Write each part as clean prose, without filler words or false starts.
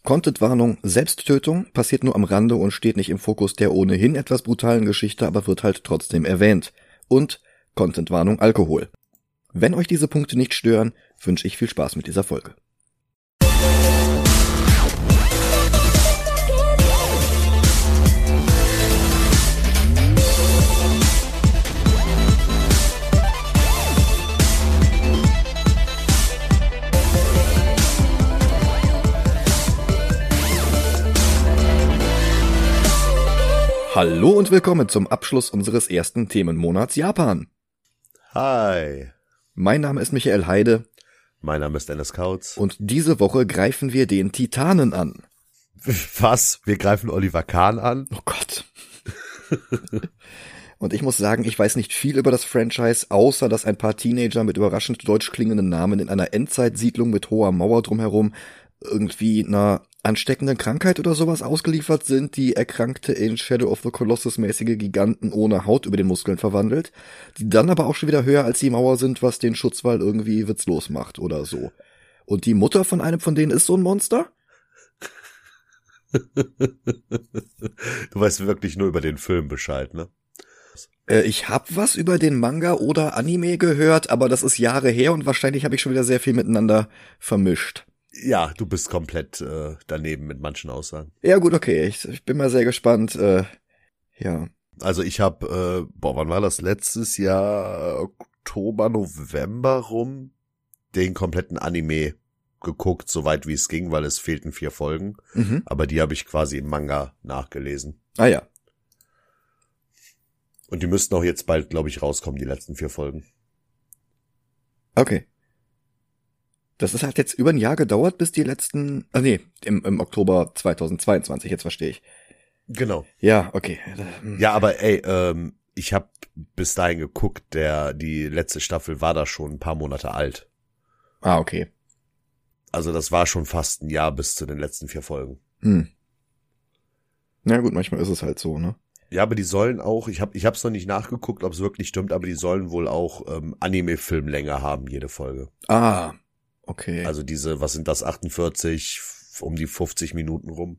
Contentwarnung, Selbsttötung passiert nur am Rande und steht nicht im Fokus der ohnehin etwas brutalen Geschichte, aber wird halt trotzdem erwähnt. Und Contentwarnung, Alkohol. Wenn euch diese Punkte nicht stören, wünsche ich viel Spaß mit dieser Folge. Hallo und willkommen zum Abschluss unseres ersten Themenmonats Japan. Hi. Mein Name ist Michael Heide. Mein Name ist Dennis Kautz. Und diese Woche greifen wir den Titanen an. Was? Wir greifen Oliver Kahn an? Oh Gott. Und ich muss sagen, ich weiß nicht viel über das Franchise, außer dass ein paar Teenager mit überraschend deutsch klingenden Namen in einer Endzeitsiedlung mit hoher Mauer drumherum irgendwie einer ansteckenden Krankheit oder sowas ausgeliefert sind, die Erkrankte in Shadow of the Colossus mäßige Giganten ohne Haut über den Muskeln verwandelt, die dann aber auch schon wieder höher als die Mauer sind, was den Schutzwall irgendwie witzlos macht oder so. Und die Mutter von einem von denen ist so ein Monster? Du weißt wirklich nur über den Film Bescheid, ne? Ich hab was über den Manga oder Anime gehört, aber das ist Jahre her und wahrscheinlich habe ich schon wieder sehr viel miteinander vermischt. Ja, du bist komplett daneben mit manchen Aussagen. Ja gut, okay, ich bin mal sehr gespannt, ja. Also ich habe, wann war das? Letztes Jahr Oktober, November rum, den kompletten Anime geguckt, soweit wie es ging, weil es fehlten 4 Folgen. Mhm. Aber die habe ich quasi im Manga nachgelesen. Ah ja. Und die müssten auch jetzt bald, glaube ich, rauskommen, die letzten 4 Folgen. Okay. Das hat jetzt über ein Jahr gedauert, bis die letzten, im Oktober 2022, jetzt verstehe ich. Genau. Ja, okay. Ja, aber ich habe bis dahin geguckt, die letzte Staffel war da schon ein paar Monate alt. Ah, okay. Also das war schon fast ein Jahr bis zu den letzten 4 Folgen. Na gut, manchmal ist es halt so, ne? Ja, aber die sollen auch, ich hab's noch nicht nachgeguckt, ob es wirklich stimmt, aber die sollen wohl auch Anime-Filmlänge haben, jede Folge. Ah, okay. Also diese, was sind das, 48, um die 50 Minuten rum.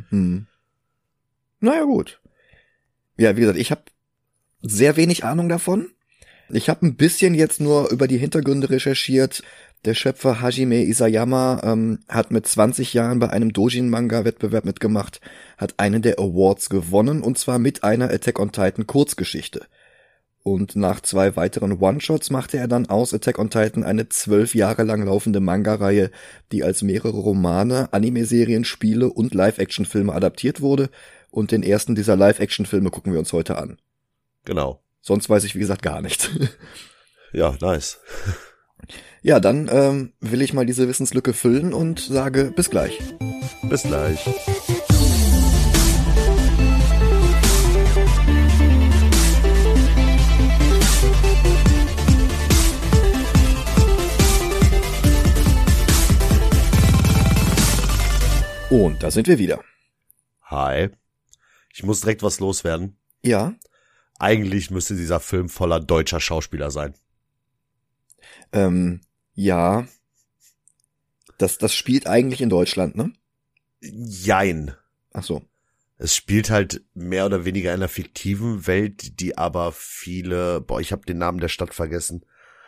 Naja, gut. Ja, wie gesagt, ich habe sehr wenig Ahnung davon. Ich habe ein bisschen jetzt nur über die Hintergründe recherchiert. Der Schöpfer Hajime Isayama hat mit 20 Jahren bei einem Doujin-Manga-Wettbewerb mitgemacht, hat einen der Awards gewonnen, und zwar mit einer Attack on Titan Kurzgeschichte. Und nach 2 weiteren One-Shots machte er dann aus Attack on Titan eine 12 Jahre lang laufende Manga-Reihe, die als mehrere Romane, Anime-Serien, Spiele und Live-Action-Filme adaptiert wurde. Und den ersten dieser Live-Action-Filme gucken wir uns heute an. Genau. Sonst weiß ich, wie gesagt, gar nichts. Ja, nice. Ja, dann will ich mal diese Wissenslücke füllen und sage bis gleich. Bis gleich. Und da sind wir wieder. Hi. Ich muss direkt was loswerden. Ja. Eigentlich müsste dieser Film voller deutscher Schauspieler sein. Ja. Das spielt eigentlich in Deutschland, ne? Jein. Ach so. Es spielt halt mehr oder weniger in einer fiktiven Welt, die aber viele, ich habe den Namen der Stadt vergessen.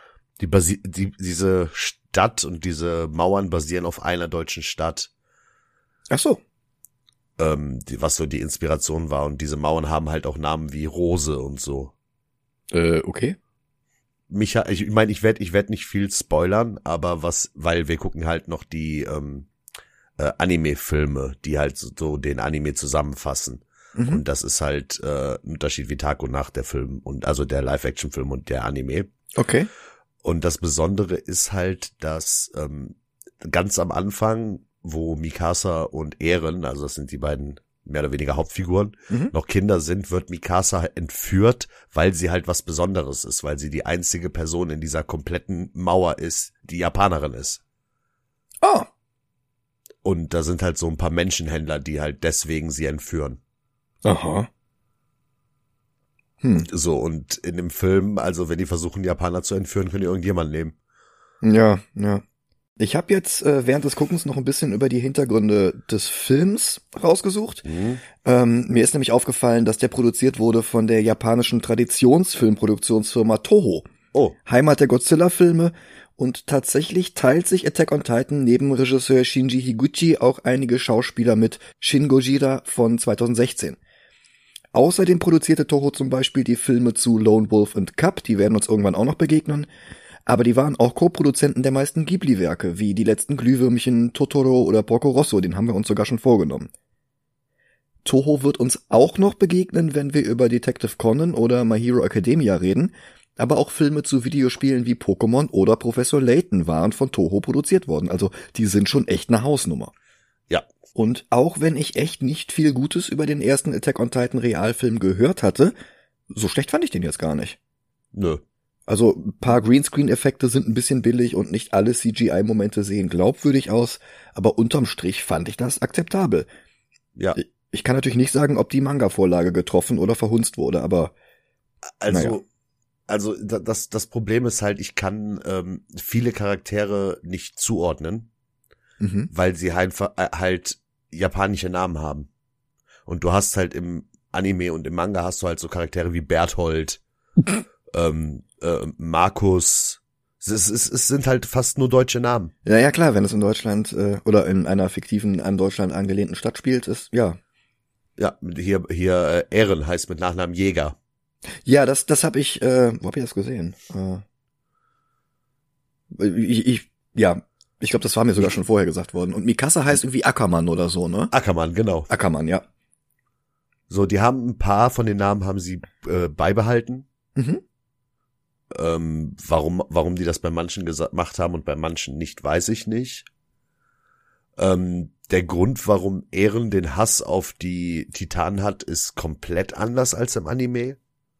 Diese Stadt und diese Mauern basieren auf einer deutschen Stadt. Ach so. Was so die Inspiration war, und diese Mauern haben halt auch Namen wie Rose und so. Okay. Ich meine, ich werd nicht viel spoilern, aber weil wir gucken halt noch die Anime-Filme, die halt so den Anime zusammenfassen. Und das ist halt ein Unterschied wie Tag und Nacht, der Film, und also der Live-Action-Film und der Anime. Okay. Und das Besondere ist halt, dass ganz am Anfang, wo Mikasa und Eren, also das sind die beiden mehr oder weniger Hauptfiguren, noch Kinder sind, wird Mikasa entführt, weil sie halt was Besonderes ist, weil sie die einzige Person in dieser kompletten Mauer ist, die Japanerin ist. Oh. Und da sind halt so ein paar Menschenhändler, die halt deswegen sie entführen. Aha. So, und in dem Film, also wenn die versuchen, Japaner zu entführen, können die irgendjemanden nehmen. Ja, ja. Ich habe jetzt während des Guckens noch ein bisschen über die Hintergründe des Films rausgesucht. Mir ist nämlich aufgefallen, dass der produziert wurde von der japanischen Traditionsfilmproduktionsfirma Toho. Oh. Heimat der Godzilla-Filme. Und tatsächlich teilt sich Attack on Titan neben Regisseur Shinji Higuchi auch einige Schauspieler mit Shin Gojira von 2016. Außerdem produzierte Toho zum Beispiel die Filme zu Lone Wolf and Cub, die werden uns irgendwann auch noch begegnen. Aber die waren auch Co-Produzenten der meisten Ghibli-Werke, wie Die letzten Glühwürmchen, Totoro oder Porco Rosso, den haben wir uns sogar schon vorgenommen. Toho wird uns auch noch begegnen, wenn wir über Detective Conan oder My Hero Academia reden, aber auch Filme zu Videospielen wie Pokémon oder Professor Layton waren von Toho produziert worden, also die sind schon echt eine Hausnummer. Ja. Und auch wenn ich echt nicht viel Gutes über den ersten Attack on Titan Realfilm gehört hatte, so schlecht fand ich den jetzt gar nicht. Nö. Also ein paar Greenscreen-Effekte sind ein bisschen billig und nicht alle CGI-Momente sehen glaubwürdig aus, aber unterm Strich fand ich das akzeptabel. Ja. Ich kann natürlich nicht sagen, ob die Manga-Vorlage getroffen oder verhunzt wurde, aber Also das Problem ist halt, ich kann viele Charaktere nicht zuordnen, weil sie einfach halt japanische Namen haben. Und du hast halt im Anime und im Manga hast du halt so Charaktere wie Berthold, Markus. Es sind halt fast nur deutsche Namen. Ja, klar, wenn es in Deutschland oder in einer fiktiven, an Deutschland angelehnten Stadt spielt, ist, ja. Ja, hier Ehren heißt mit Nachnamen Jäger. Ja, das habe ich, wo hab ich das gesehen? Ich glaube, das war mir sogar schon vorher gesagt worden. Und Mikasa heißt irgendwie Ackermann oder so, ne? Ackermann, genau. Ackermann, ja. So, die haben ein paar von den Namen haben sie beibehalten. Warum die das bei manchen gemacht haben und bei manchen nicht, weiß ich nicht. Der Grund, warum Eren den Hass auf die Titanen hat, ist komplett anders als im Anime.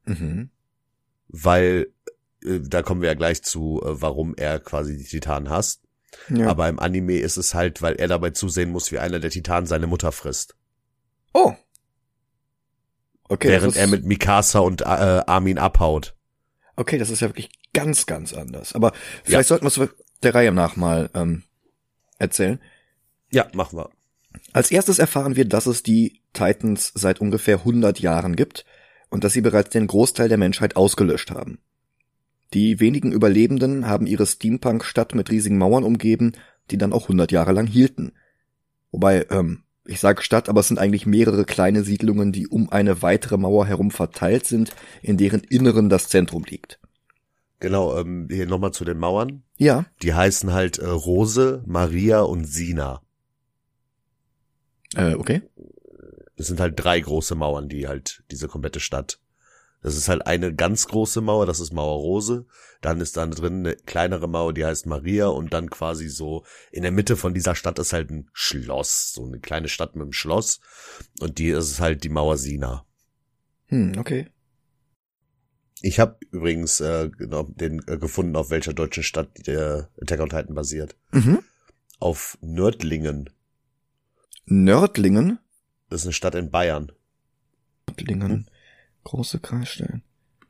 Weil, da kommen wir ja gleich zu, warum er quasi die Titanen hasst. Ja. Aber im Anime ist es halt, weil er dabei zusehen muss, wie einer der Titanen seine Mutter frisst. Oh. Okay. Während er mit Mikasa und Armin abhaut. Okay, das ist ja wirklich ganz, ganz anders. Aber vielleicht sollten wir es der Reihe nach mal erzählen. Ja, machen wir. Als erstes erfahren wir, dass es die Titans seit ungefähr 100 Jahren gibt und dass sie bereits den Großteil der Menschheit ausgelöscht haben. Die wenigen Überlebenden haben ihre Steampunk-Stadt mit riesigen Mauern umgeben, die dann auch 100 Jahre lang hielten. Wobei, ich sage Stadt, aber es sind eigentlich mehrere kleine Siedlungen, die um eine weitere Mauer herum verteilt sind, in deren Inneren das Zentrum liegt. Genau, hier nochmal zu den Mauern. Ja. Die heißen halt Rose, Maria und Sina. Okay. Das sind halt 3 große Mauern, die halt diese komplette Stadt. Das ist halt eine ganz große Mauer, das ist Mauer Rose. Dann ist da drin eine kleinere Mauer, die heißt Maria. Und dann quasi so in der Mitte von dieser Stadt ist halt ein Schloss. So eine kleine Stadt mit einem Schloss. Und die ist halt die Mauer Sina. Okay. Ich habe übrigens gefunden, auf welcher deutschen Stadt der Attack on Titan basiert. Auf Nördlingen. Nördlingen? Das ist eine Stadt in Bayern. Nördlingen. Große Kreisstellen.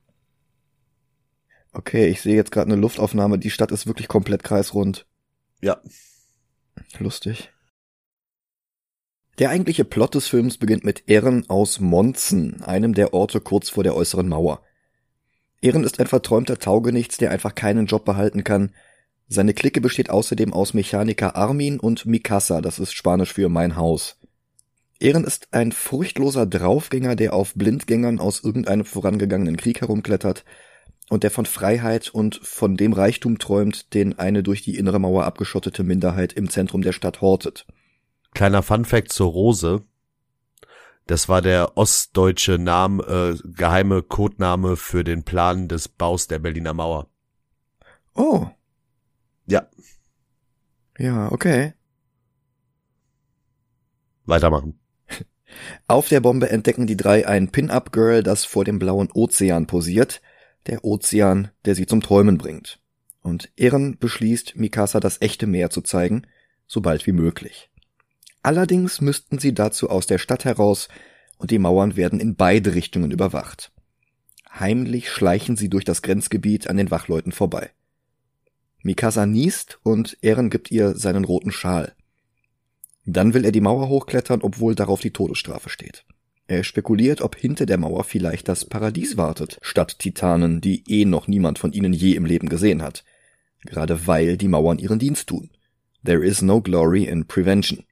Okay, ich sehe jetzt gerade eine Luftaufnahme. Die Stadt ist wirklich komplett kreisrund. Ja. Lustig. Der eigentliche Plot des Films beginnt mit Eren aus Monzen, einem der Orte kurz vor der äußeren Mauer. Eren ist ein verträumter Taugenichts, der einfach keinen Job behalten kann. Seine Clique besteht außerdem aus Mechaniker Armin und Mikasa, das ist Spanisch für mein Haus. Eren ist ein furchtloser Draufgänger, der auf Blindgängern aus irgendeinem vorangegangenen Krieg herumklettert und der von Freiheit und von dem Reichtum träumt, den eine durch die innere Mauer abgeschottete Minderheit im Zentrum der Stadt hortet. Kleiner Funfact zur Rose. Das war der ostdeutsche geheime Codename für den Plan des Baus der Berliner Mauer. Oh. Ja. Ja, okay. Weitermachen. Auf der Bombe entdecken die 3 ein Pin-Up-Girl, das vor dem blauen Ozean posiert. Der Ozean, der sie zum Träumen bringt. Und Eren beschließt, Mikasa das echte Meer zu zeigen, so bald wie möglich. Allerdings müssten sie dazu aus der Stadt heraus und die Mauern werden in beide Richtungen überwacht. Heimlich schleichen sie durch das Grenzgebiet an den Wachleuten vorbei. Mikasa niest und Eren gibt ihr seinen roten Schal. Dann will er die Mauer hochklettern, obwohl darauf die Todesstrafe steht. Er spekuliert, ob hinter der Mauer vielleicht das Paradies wartet, statt Titanen, die noch niemand von ihnen je im Leben gesehen hat. Gerade weil die Mauern ihren Dienst tun. There is no glory in prevention.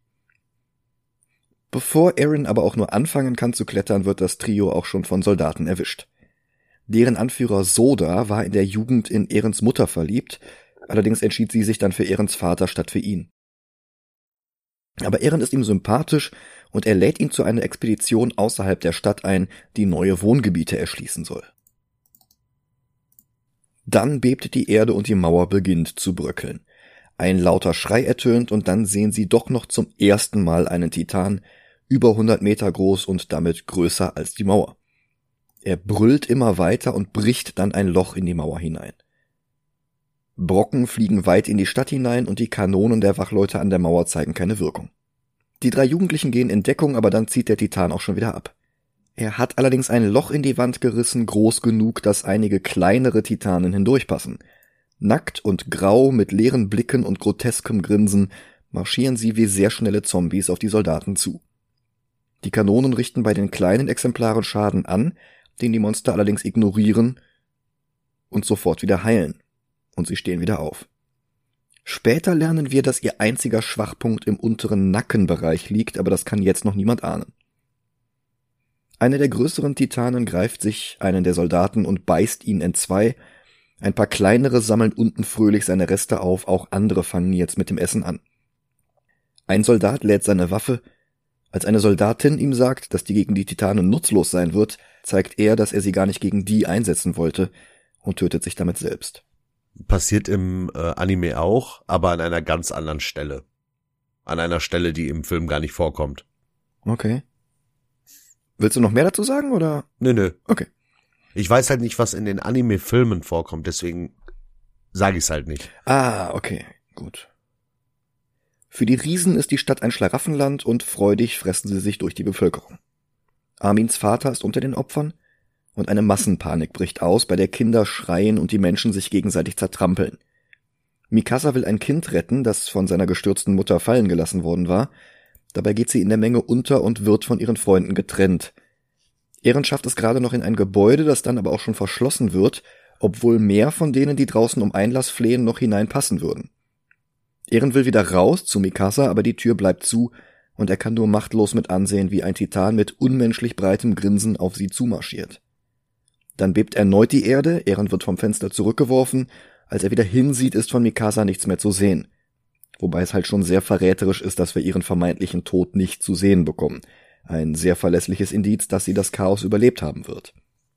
Bevor Eren aber auch nur anfangen kann zu klettern, wird das Trio auch schon von Soldaten erwischt. Deren Anführer Soda war in der Jugend in Erens Mutter verliebt, allerdings entschied sie sich dann für Erens Vater statt für ihn. Aber Eren ist ihm sympathisch und er lädt ihn zu einer Expedition außerhalb der Stadt ein, die neue Wohngebiete erschließen soll. Dann bebt die Erde und die Mauer beginnt zu bröckeln. Ein lauter Schrei ertönt und dann sehen sie doch noch zum ersten Mal einen Titan, über 100 Meter groß und damit größer als die Mauer. Er brüllt immer weiter und bricht dann ein Loch in die Mauer hinein. Brocken fliegen weit in die Stadt hinein und die Kanonen der Wachleute an der Mauer zeigen keine Wirkung. Die 3 Jugendlichen gehen in Deckung, aber dann zieht der Titan auch schon wieder ab. Er hat allerdings ein Loch in die Wand gerissen, groß genug, dass einige kleinere Titanen hindurchpassen. Nackt und grau, mit leeren Blicken und groteskem Grinsen, marschieren sie wie sehr schnelle Zombies auf die Soldaten zu. Die Kanonen richten bei den kleinen Exemplaren Schaden an, den die Monster allerdings ignorieren und sofort wieder heilen. Und sie stehen wieder auf. Später lernen wir, dass ihr einziger Schwachpunkt im unteren Nackenbereich liegt, aber das kann jetzt noch niemand ahnen. Einer der größeren Titanen greift sich einen der Soldaten und beißt ihn entzwei. Ein paar kleinere sammeln unten fröhlich seine Reste auf, auch andere fangen jetzt mit dem Essen an. Ein Soldat lädt seine Waffe. Als eine Soldatin ihm sagt, dass die gegen die Titanen nutzlos sein wird, zeigt er, dass er sie gar nicht gegen die einsetzen wollte und tötet sich damit selbst. Passiert im Anime auch, aber an einer ganz anderen Stelle. An einer Stelle, die im Film gar nicht vorkommt. Okay. Willst du noch mehr dazu sagen, oder? Nö. Okay. Ich weiß halt nicht, was in den Anime-Filmen vorkommt, deswegen sage ich es halt nicht. Ah, okay, gut. Für die Riesen ist die Stadt ein Schlaraffenland und freudig fressen sie sich durch die Bevölkerung. Armins Vater ist unter den Opfern und eine Massenpanik bricht aus, bei der Kinder schreien und die Menschen sich gegenseitig zertrampeln. Mikasa will ein Kind retten, das von seiner gestürzten Mutter fallen gelassen worden war. Dabei geht sie in der Menge unter und wird von ihren Freunden getrennt. Eren schafft es gerade noch in ein Gebäude, das dann aber auch schon verschlossen wird, obwohl mehr von denen, die draußen um Einlass flehen, noch hineinpassen würden. Eren will wieder raus zu Mikasa, aber die Tür bleibt zu und er kann nur machtlos mit ansehen, wie ein Titan mit unmenschlich breitem Grinsen auf sie zumarschiert. Dann bebt erneut die Erde, Eren wird vom Fenster zurückgeworfen, als er wieder hinsieht, ist von Mikasa nichts mehr zu sehen. Wobei es halt schon sehr verräterisch ist, dass wir ihren vermeintlichen Tod nicht zu sehen bekommen. Ein sehr verlässliches Indiz, dass sie das Chaos überlebt haben wird.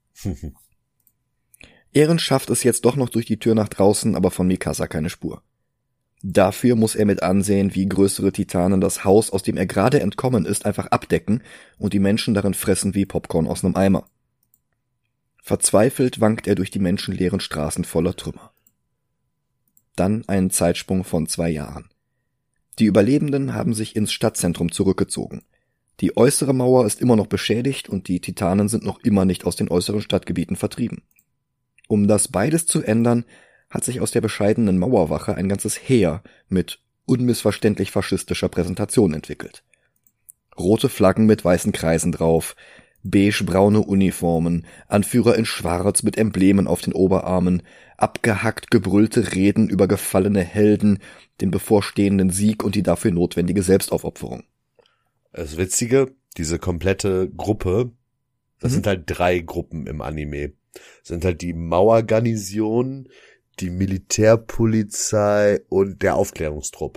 Eren schafft es jetzt doch noch durch die Tür nach draußen, aber von Mikasa keine Spur. Dafür muss er mit ansehen, wie größere Titanen das Haus, aus dem er gerade entkommen ist, einfach abdecken und die Menschen darin fressen wie Popcorn aus einem Eimer. Verzweifelt wankt er durch die menschenleeren Straßen voller Trümmer. Dann ein Zeitsprung von 2 Jahren. Die Überlebenden haben sich ins Stadtzentrum zurückgezogen. Die äußere Mauer ist immer noch beschädigt und die Titanen sind noch immer nicht aus den äußeren Stadtgebieten vertrieben. Um das beides zu ändern, hat sich aus der bescheidenen Mauerwache ein ganzes Heer mit unmissverständlich faschistischer Präsentation entwickelt. Rote Flaggen mit weißen Kreisen drauf, beige-braune Uniformen, Anführer in Schwarz mit Emblemen auf den Oberarmen, abgehackt gebrüllte Reden über gefallene Helden, den bevorstehenden Sieg und die dafür notwendige Selbstaufopferung. Das Witzige, diese komplette Gruppe, das sind halt 3 Gruppen im Anime. Das sind halt die Mauergarnison, die Militärpolizei und der Aufklärungstrupp.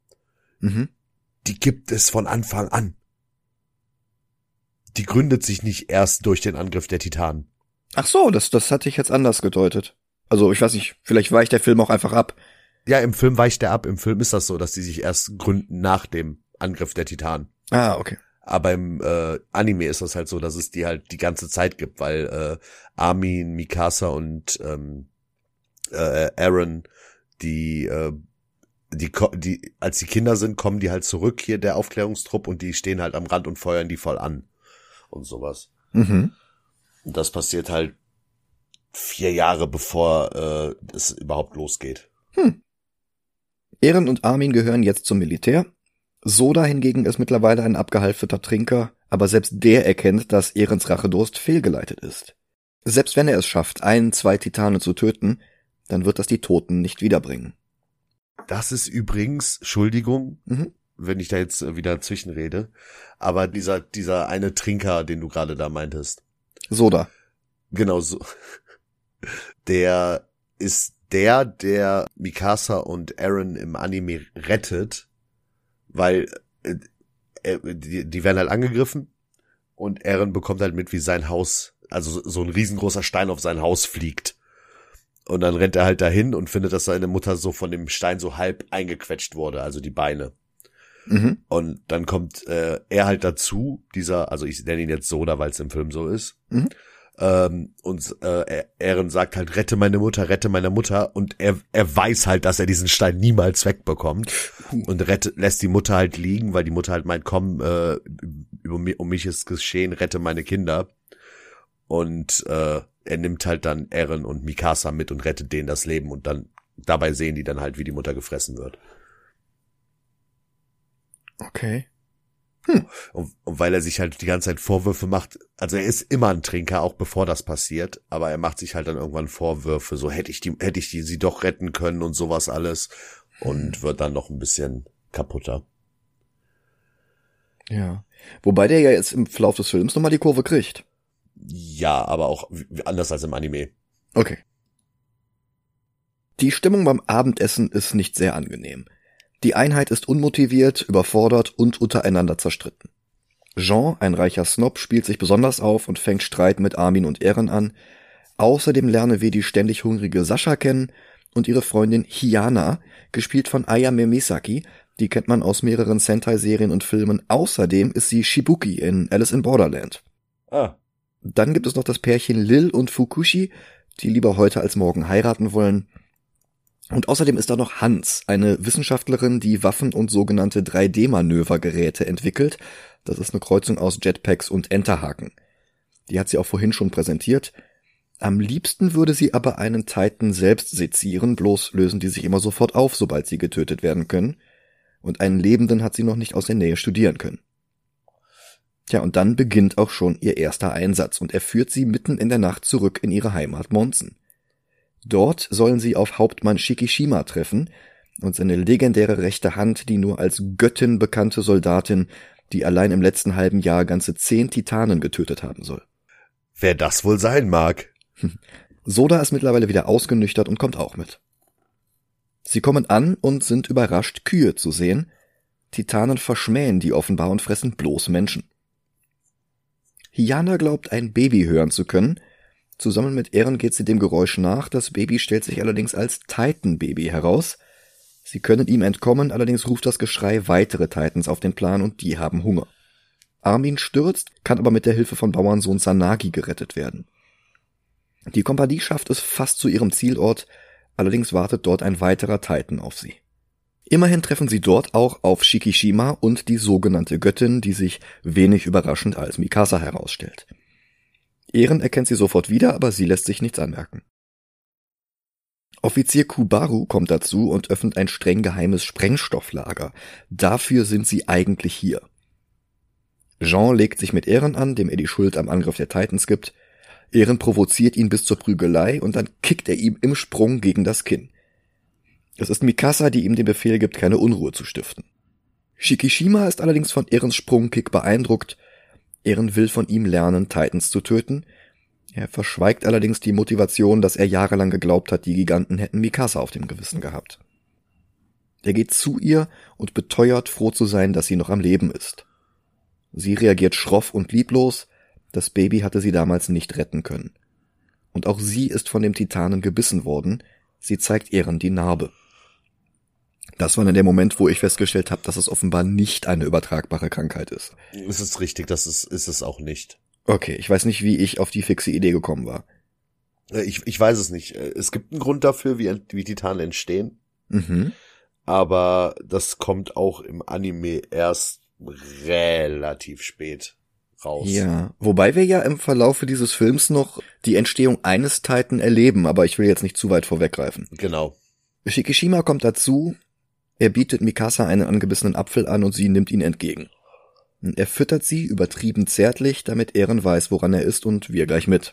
Die gibt es von Anfang an. Die gründet sich nicht erst durch den Angriff der Titanen. Ach so, das hatte ich jetzt anders gedeutet. Also ich weiß nicht, vielleicht weicht der Film auch einfach ab. Ja, im Film weicht er ab. Im Film ist das so, dass die sich erst gründen nach dem Angriff der Titanen. Ah, okay. Aber im Anime ist das halt so, dass es die halt die ganze Zeit gibt, weil Armin, Mikasa und Eren, die als die Kinder sind, kommen die halt zurück, hier der Aufklärungstrupp, und die stehen halt am Rand und feuern die voll an und sowas. Und das passiert halt 4 Jahre bevor es überhaupt losgeht. Eren und Armin gehören jetzt zum Militär. Soda hingegen ist mittlerweile ein abgehalfterter Trinker, aber selbst der erkennt, dass Erens Rachedurst fehlgeleitet ist. Selbst wenn er es schafft, 2 Titanen zu töten, dann wird das die Toten nicht wiederbringen. Das ist übrigens, Entschuldigung, wenn ich da jetzt wieder zwischenrede, aber dieser eine Trinker, den du gerade da meintest. Soda. Genau so. Der ist der Mikasa und Eren im Anime rettet, weil die werden halt angegriffen und Eren bekommt halt mit, wie sein Haus, also so ein riesengroßer Stein auf sein Haus fliegt. Und dann rennt er halt dahin und findet, dass seine Mutter so von dem Stein so halb eingequetscht wurde, also die Beine. Und dann kommt er halt dazu, also ich nenne ihn jetzt Soda, weil es im Film so ist. Und Eren sagt halt, rette meine Mutter, und er weiß halt, dass er diesen Stein niemals wegbekommt und lässt die Mutter halt liegen, weil die Mutter halt meint, komm, um mich ist geschehen, rette meine Kinder. Und er nimmt halt dann Eren und Mikasa mit und rettet denen das Leben, und dann dabei sehen die dann halt, wie die Mutter gefressen wird. Okay. Und weil er sich halt die ganze Zeit Vorwürfe macht, also er ist immer ein Trinker, auch bevor das passiert, aber er macht sich halt dann irgendwann Vorwürfe, so hätte ich sie doch retten können und sowas alles, und wird dann noch ein bisschen kaputter. Ja. Wobei der ja jetzt im Verlauf des Films nochmal die Kurve kriegt. Ja, aber auch anders als im Anime. Okay. Die Stimmung beim Abendessen ist nicht sehr angenehm. Die Einheit ist unmotiviert, überfordert und untereinander zerstritten. Jean, ein reicher Snob, spielt sich besonders auf und fängt Streit mit Armin und Eren an. Außerdem lernen wir die ständig hungrige Sascha kennen und ihre Freundin Hiyana, gespielt von Ayame Misaki. Die kennt man aus mehreren Sentai-Serien und Filmen. Außerdem ist sie Shibuki in Alice in Borderland. Dann gibt es noch das Pärchen Lil und Fukushi, die lieber heute als morgen heiraten wollen. Und außerdem ist da noch Hans, eine Wissenschaftlerin, die Waffen und sogenannte 3D-Manövergeräte entwickelt. Das ist eine Kreuzung aus Jetpacks und Enterhaken. Die hat sie auch vorhin schon präsentiert. Am liebsten würde sie aber einen Titan selbst sezieren, bloß lösen die sich immer sofort auf, sobald sie getötet werden können. Und einen Lebenden hat sie noch nicht aus der Nähe studieren können. Tja, und dann beginnt auch schon ihr erster Einsatz und er führt sie mitten in der Nacht zurück in ihre Heimat Monzen. Dort sollen sie auf Hauptmann Shikishima treffen und seine legendäre rechte Hand, die nur als Göttin bekannte Soldatin, die allein im letzten halben Jahr ganze 10 Titanen getötet haben soll. Wer das wohl sein mag? Soda ist mittlerweile wieder ausgenüchtert und kommt auch mit. Sie kommen an und sind überrascht, Kühe zu sehen. Titanen verschmähen die offenbar und fressen bloß Menschen. Hiyana glaubt, ein Baby hören zu können. Zusammen mit Eren geht sie dem Geräusch nach, das Baby stellt sich allerdings als Titan-Baby heraus. Sie können ihm entkommen, allerdings ruft das Geschrei weitere Titans auf den Plan und die haben Hunger. Armin stürzt, kann aber mit der Hilfe von Bauernsohn Sanagi gerettet werden. Die Kompanie schafft es fast zu ihrem Zielort, allerdings wartet dort ein weiterer Titan auf sie. Immerhin treffen sie dort auch auf Shikishima und die sogenannte Göttin, die sich wenig überraschend als Mikasa herausstellt. Eren erkennt sie sofort wieder, aber sie lässt sich nichts anmerken. Offizier Kubaru kommt dazu und öffnet ein streng geheimes Sprengstofflager. Dafür sind sie eigentlich hier. Jean legt sich mit Eren an, dem er die Schuld am Angriff der Titans gibt. Eren provoziert ihn bis zur Prügelei und dann kickt er ihm im Sprung gegen das Kinn. Es ist Mikasa, die ihm den Befehl gibt, keine Unruhe zu stiften. Shikishima ist allerdings von Erens Sprungkick beeindruckt. Eren will von ihm lernen, Titans zu töten. Er verschweigt allerdings die Motivation, dass er jahrelang geglaubt hat, die Giganten hätten Mikasa auf dem Gewissen gehabt. Er geht zu ihr und beteuert, froh zu sein, dass sie noch am Leben ist. Sie reagiert schroff und lieblos. Das Baby hatte sie damals nicht retten können. Und auch sie ist von dem Titanen gebissen worden. Sie zeigt Eren die Narbe. Das war dann der Moment, wo ich festgestellt habe, dass es offenbar nicht eine übertragbare Krankheit ist. Es ist richtig, das ist es auch nicht. Okay, ich weiß nicht, wie ich auf die fixe Idee gekommen war. Ich weiß es nicht. Es gibt einen Grund dafür, wie Titanen entstehen. Aber das kommt auch im Anime erst relativ spät raus. Ja, wobei wir ja im Verlaufe dieses Films noch die Entstehung eines Titan erleben, aber ich will jetzt nicht zu weit vorweggreifen. Genau. Shikishima kommt dazu, er bietet Mikasa einen angebissenen Apfel an und sie nimmt ihn entgegen. Er füttert sie übertrieben zärtlich, damit Eren weiß, woran er ist und wir gleich mit.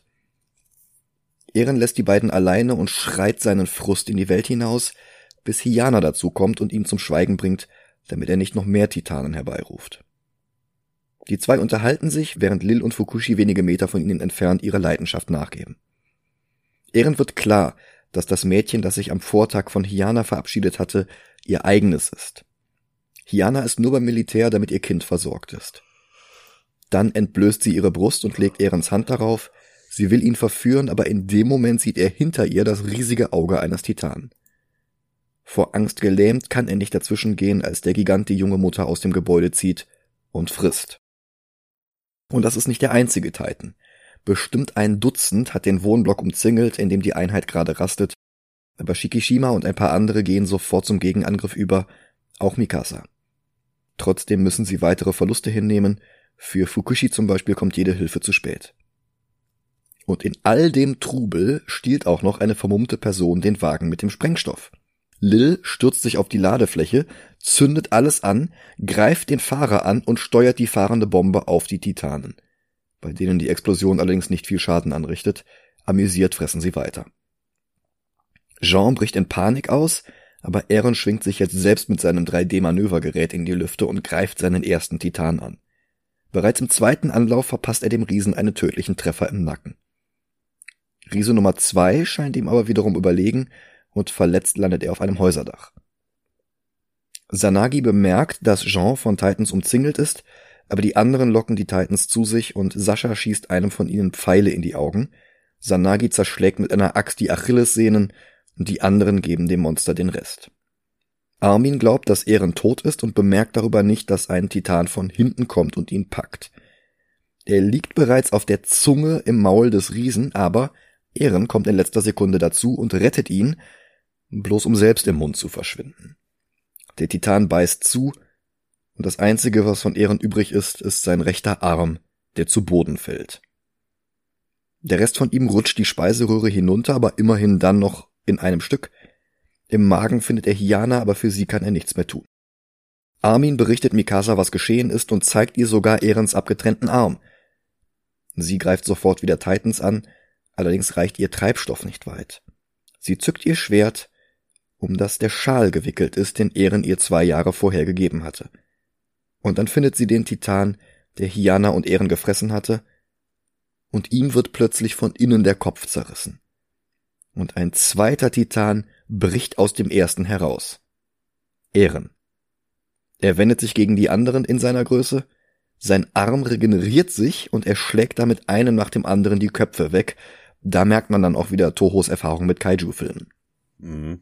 Eren lässt die beiden alleine und schreit seinen Frust in die Welt hinaus, bis Hiyana dazukommt und ihn zum Schweigen bringt, damit er nicht noch mehr Titanen herbeiruft. Die zwei unterhalten sich, während Lil und Fukushi wenige Meter von ihnen entfernt ihre Leidenschaft nachgeben. Eren wird klar, dass das Mädchen, das sich am Vortag von Hiyana verabschiedet hatte, ihr eigenes ist. Hiyana ist nur beim Militär, damit ihr Kind versorgt ist. Dann entblößt sie ihre Brust und legt Erens Hand darauf. Sie will ihn verführen, aber in dem Moment sieht er hinter ihr das riesige Auge eines Titanen. Vor Angst gelähmt kann er nicht dazwischen gehen, als der Gigant die junge Mutter aus dem Gebäude zieht und frisst. Und das ist nicht der einzige Titan. Bestimmt ein Dutzend hat den Wohnblock umzingelt, in dem die Einheit gerade rastet, aber Shikishima und ein paar andere gehen sofort zum Gegenangriff über, auch Mikasa. Trotzdem müssen sie weitere Verluste hinnehmen, für Fukushi zum Beispiel kommt jede Hilfe zu spät. Und in all dem Trubel stiehlt auch noch eine vermummte Person den Wagen mit dem Sprengstoff. Lil stürzt sich auf die Ladefläche, zündet alles an, greift den Fahrer an und steuert die fahrende Bombe auf die Titanen, bei denen die Explosion allerdings nicht viel Schaden anrichtet. Amüsiert fressen sie weiter. Jean bricht in Panik aus, aber Eren schwingt sich jetzt selbst mit seinem 3D-Manövergerät in die Lüfte und greift seinen ersten Titan an. Bereits im zweiten Anlauf verpasst er dem Riesen einen tödlichen Treffer im Nacken. Riese Nummer 2 scheint ihm aber wiederum überlegen und verletzt landet er auf einem Häuserdach. Sanagi bemerkt, dass Jean von Titans umzingelt ist, aber die anderen locken die Titans zu sich und Sascha schießt einem von ihnen Pfeile in die Augen. Sanagi zerschlägt mit einer Axt die Achillessehnen und die anderen geben dem Monster den Rest. Armin glaubt, dass Eren tot ist und bemerkt darüber nicht, dass ein Titan von hinten kommt und ihn packt. Er liegt bereits auf der Zunge im Maul des Riesen, aber Eren kommt in letzter Sekunde dazu und rettet ihn, bloß um selbst im Mund zu verschwinden. Der Titan beißt zu und das Einzige, was von Eren übrig ist, ist sein rechter Arm, der zu Boden fällt. Der Rest von ihm rutscht die Speiseröhre hinunter, aber immerhin dann noch in einem Stück. Im Magen findet er Hiyana, aber für sie kann er nichts mehr tun. Armin berichtet Mikasa, was geschehen ist und zeigt ihr sogar Erens abgetrennten Arm. Sie greift sofort wieder Titans an, allerdings reicht ihr Treibstoff nicht weit. Sie zückt ihr Schwert, um das der Schal gewickelt ist, den Eren ihr 2 Jahre vorher gegeben hatte. Und dann findet sie den Titan, der Hiyana und Eren gefressen hatte, und ihm wird plötzlich von innen der Kopf zerrissen. Und ein zweiter Titan bricht aus dem ersten heraus. Eren. Er wendet sich gegen die anderen in seiner Größe, sein Arm regeneriert sich und er schlägt damit einem nach dem anderen die Köpfe weg. Da merkt man dann auch wieder Tohos Erfahrung mit Kaiju-Filmen. Mhm.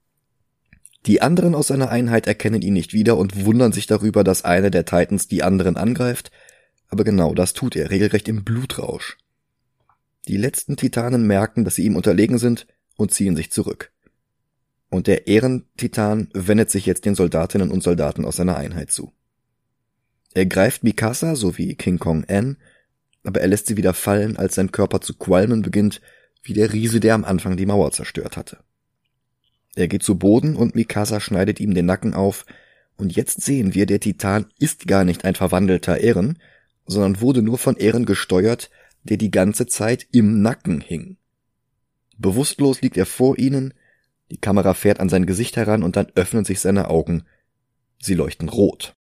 Die anderen aus seiner Einheit erkennen ihn nicht wieder und wundern sich darüber, dass einer der Titans die anderen angreift, aber genau das tut er, regelrecht im Blutrausch. Die letzten Titanen merken, dass sie ihm unterlegen sind und ziehen sich zurück. Und der Ehrentitan wendet sich jetzt den Soldatinnen und Soldaten aus seiner Einheit zu. Er greift Mikasa sowie King Kong an, aber er lässt sie wieder fallen, als sein Körper zu qualmen beginnt, wie der Riese, der am Anfang die Mauer zerstört hatte. Er geht zu Boden und Mikasa schneidet ihm den Nacken auf, und jetzt sehen wir, der Titan ist gar nicht ein verwandelter Eren, sondern wurde nur von Eren gesteuert, der die ganze Zeit im Nacken hing. Bewusstlos liegt er vor ihnen, die Kamera fährt an sein Gesicht heran und dann öffnen sich seine Augen. Sie leuchten rot.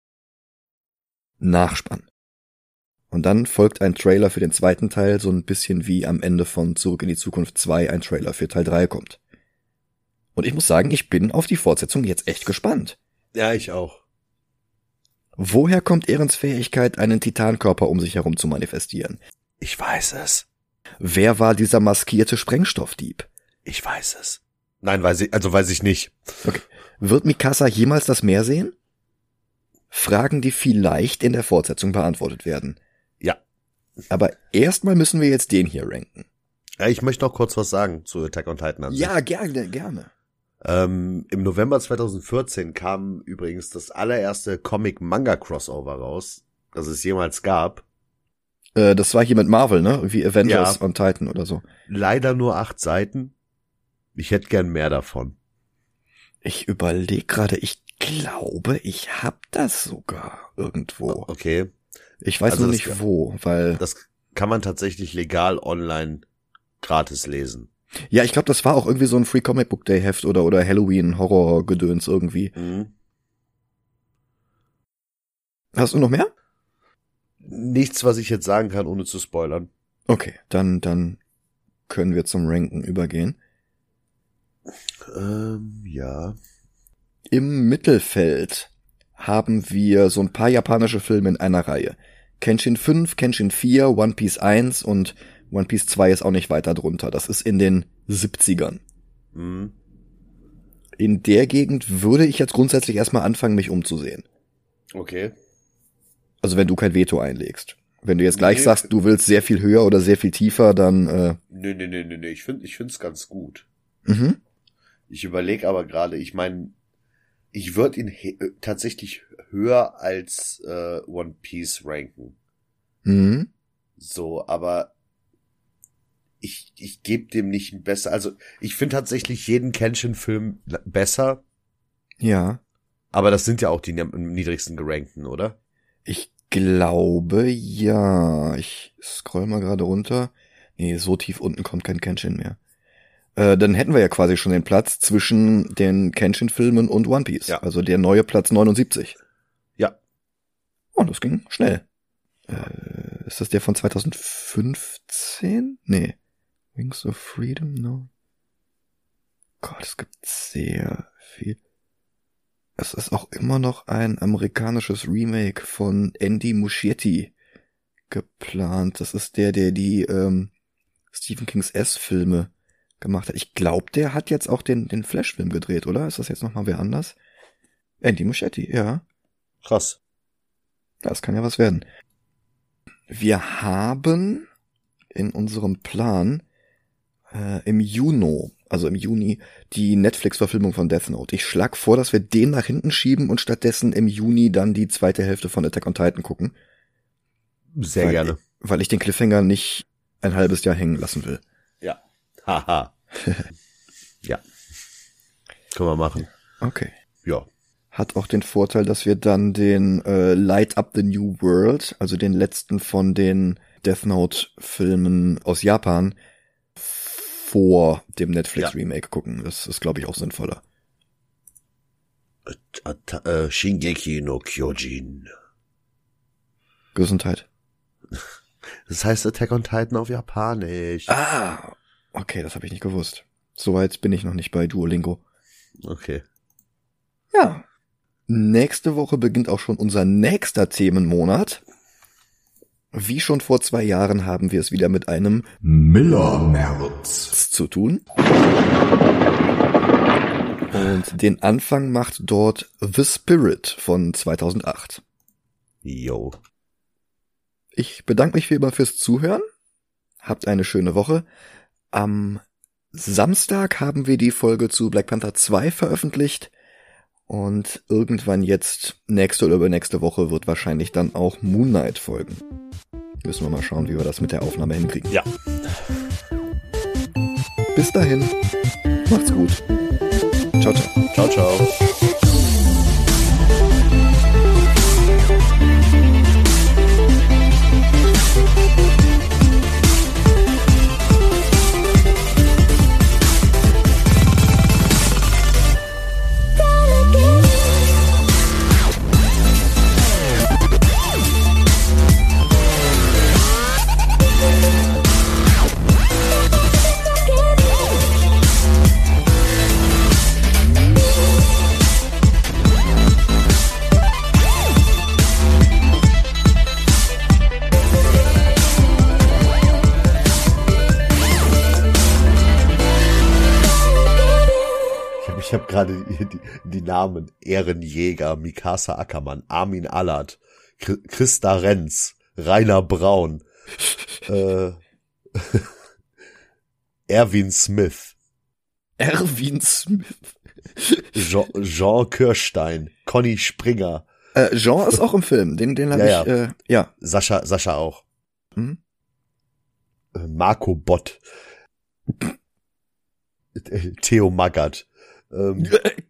Nachspann. Und dann folgt ein Trailer für den zweiten Teil, so ein bisschen wie am Ende von Zurück in die Zukunft 2 ein Trailer für Teil 3 kommt. Und ich muss sagen, ich bin auf die Fortsetzung jetzt echt gespannt. Ja, ich auch. Woher kommt Erens Fähigkeit, einen Titankörper um sich herum zu manifestieren? Ich weiß es. Wer war dieser maskierte Sprengstoffdieb? Ich weiß es. Nein, weiß ich nicht. Okay. Wird Mikasa jemals das Meer sehen? Fragen, die vielleicht in der Fortsetzung beantwortet werden. Ja. Aber erstmal müssen wir jetzt den hier ranken. Ja, ich möchte noch kurz was sagen zu Attack on Titan an sich. Ja, gerne. Im November 2014 kam übrigens das allererste Comic-Manga-Crossover raus, das es jemals gab. Das war hier mit Marvel, ne? Wie Avengers on Titan oder so. Leider nur 8 Seiten. Ich hätte gern mehr davon. Ich überlege gerade, ich glaube, ich hab das sogar irgendwo. Okay. Ich weiß Also nur das- nicht wo, weil... Das kann man tatsächlich legal online gratis lesen. Ja, ich glaube, das war auch irgendwie so ein Free Comic Book Day Heft oder Halloween-Horror-Gedöns irgendwie. Mhm. Hast du noch mehr? Nichts, was ich jetzt sagen kann, ohne zu spoilern. Okay, dann können wir zum Ranken übergehen. Ja. Im Mittelfeld haben wir so ein paar japanische Filme in einer Reihe. Kenshin 5, Kenshin 4, One Piece 1 und One Piece 2 ist auch nicht weiter drunter. Das ist in den 70ern. Mhm. In der Gegend würde ich jetzt grundsätzlich erstmal anfangen, mich umzusehen. Okay. Also wenn du kein Veto einlegst. Wenn du jetzt gleich Nee. sagst, du willst sehr viel höher oder sehr viel tiefer, dann Nee. Ich find's ganz gut. mhm. Ich überlege aber gerade, ich meine, ich würde ihn tatsächlich höher als One Piece ranken. Mhm. So, aber ich gebe dem nicht ein besser. Also ich finde tatsächlich jeden Kenshin-Film besser, Ja. aber das sind ja auch die am niedrigsten gerankten, oder? Ich glaube, ja. Ich scroll mal gerade runter. Nee, so tief unten kommt kein Kenshin mehr. Dann hätten wir ja quasi schon den Platz zwischen den Kenshin-Filmen und One Piece. Ja. Also der neue Platz 79. Ja. Oh, das ging schnell. Ist das der von 2015? Nee. Wings of Freedom? No. Gott, es gibt sehr viel. Es ist auch immer noch ein amerikanisches Remake von Andy Muschietti geplant. Das ist der die Stephen Kings S-Filme gemacht hat. Ich glaube, der hat jetzt auch den Flash-Film gedreht, oder? Ist das jetzt nochmal wer anders? Andy Muschietti, ja. Krass. Das kann ja was werden. Wir haben in unserem Plan im Juni, die Netflix-Verfilmung von Death Note. Ich schlag vor, dass wir den nach hinten schieben und stattdessen im Juni dann die zweite Hälfte von Attack on Titan gucken. Sehr gerne. Weil ich den Cliffhanger nicht ein halbes Jahr hängen lassen will. Ja. Haha. Ja. Können wir machen. Okay. Ja. Hat auch den Vorteil, dass wir dann den Light Up the New World, also den letzten von den Death Note-Filmen aus Japan, vor dem Netflix-Remake gucken. Das ist, glaube ich, auch sinnvoller. Shingeki no Kyojin. Gesundheit. Das heißt Attack on Titan auf Japanisch. Ah, okay, das habe ich nicht gewusst. Soweit bin ich noch nicht bei Duolingo. Okay. Ja. Nächste Woche beginnt auch schon unser nächster Themenmonat. Wie schon vor 2 Jahren haben wir es wieder mit einem Miller-März zu tun. Und den Anfang macht dort The Spirit von 2008. Yo. Ich bedanke mich wie immer fürs Zuhören. Habt eine schöne Woche. Am Samstag haben wir die Folge zu Black Panther 2 veröffentlicht. Und irgendwann jetzt, nächste oder übernächste Woche, wird wahrscheinlich dann auch Moon Knight folgen. Müssen wir mal schauen, wie wir das mit der Aufnahme hinkriegen. Ja. Bis dahin. Macht's gut. Ciao, ciao. Ciao, ciao. Ich habe gerade die Namen Ehrenjäger, Mikasa Ackermann, Armin Allard, Christa Renz, Rainer Braun, Erwin Smith, Erwin Smith. Jean Kirstein, Conny Springer. Jean ist auch im Film. Den habe Ja, ich, ja. Sascha auch. Mhm. Marco Bott. Theo Magath.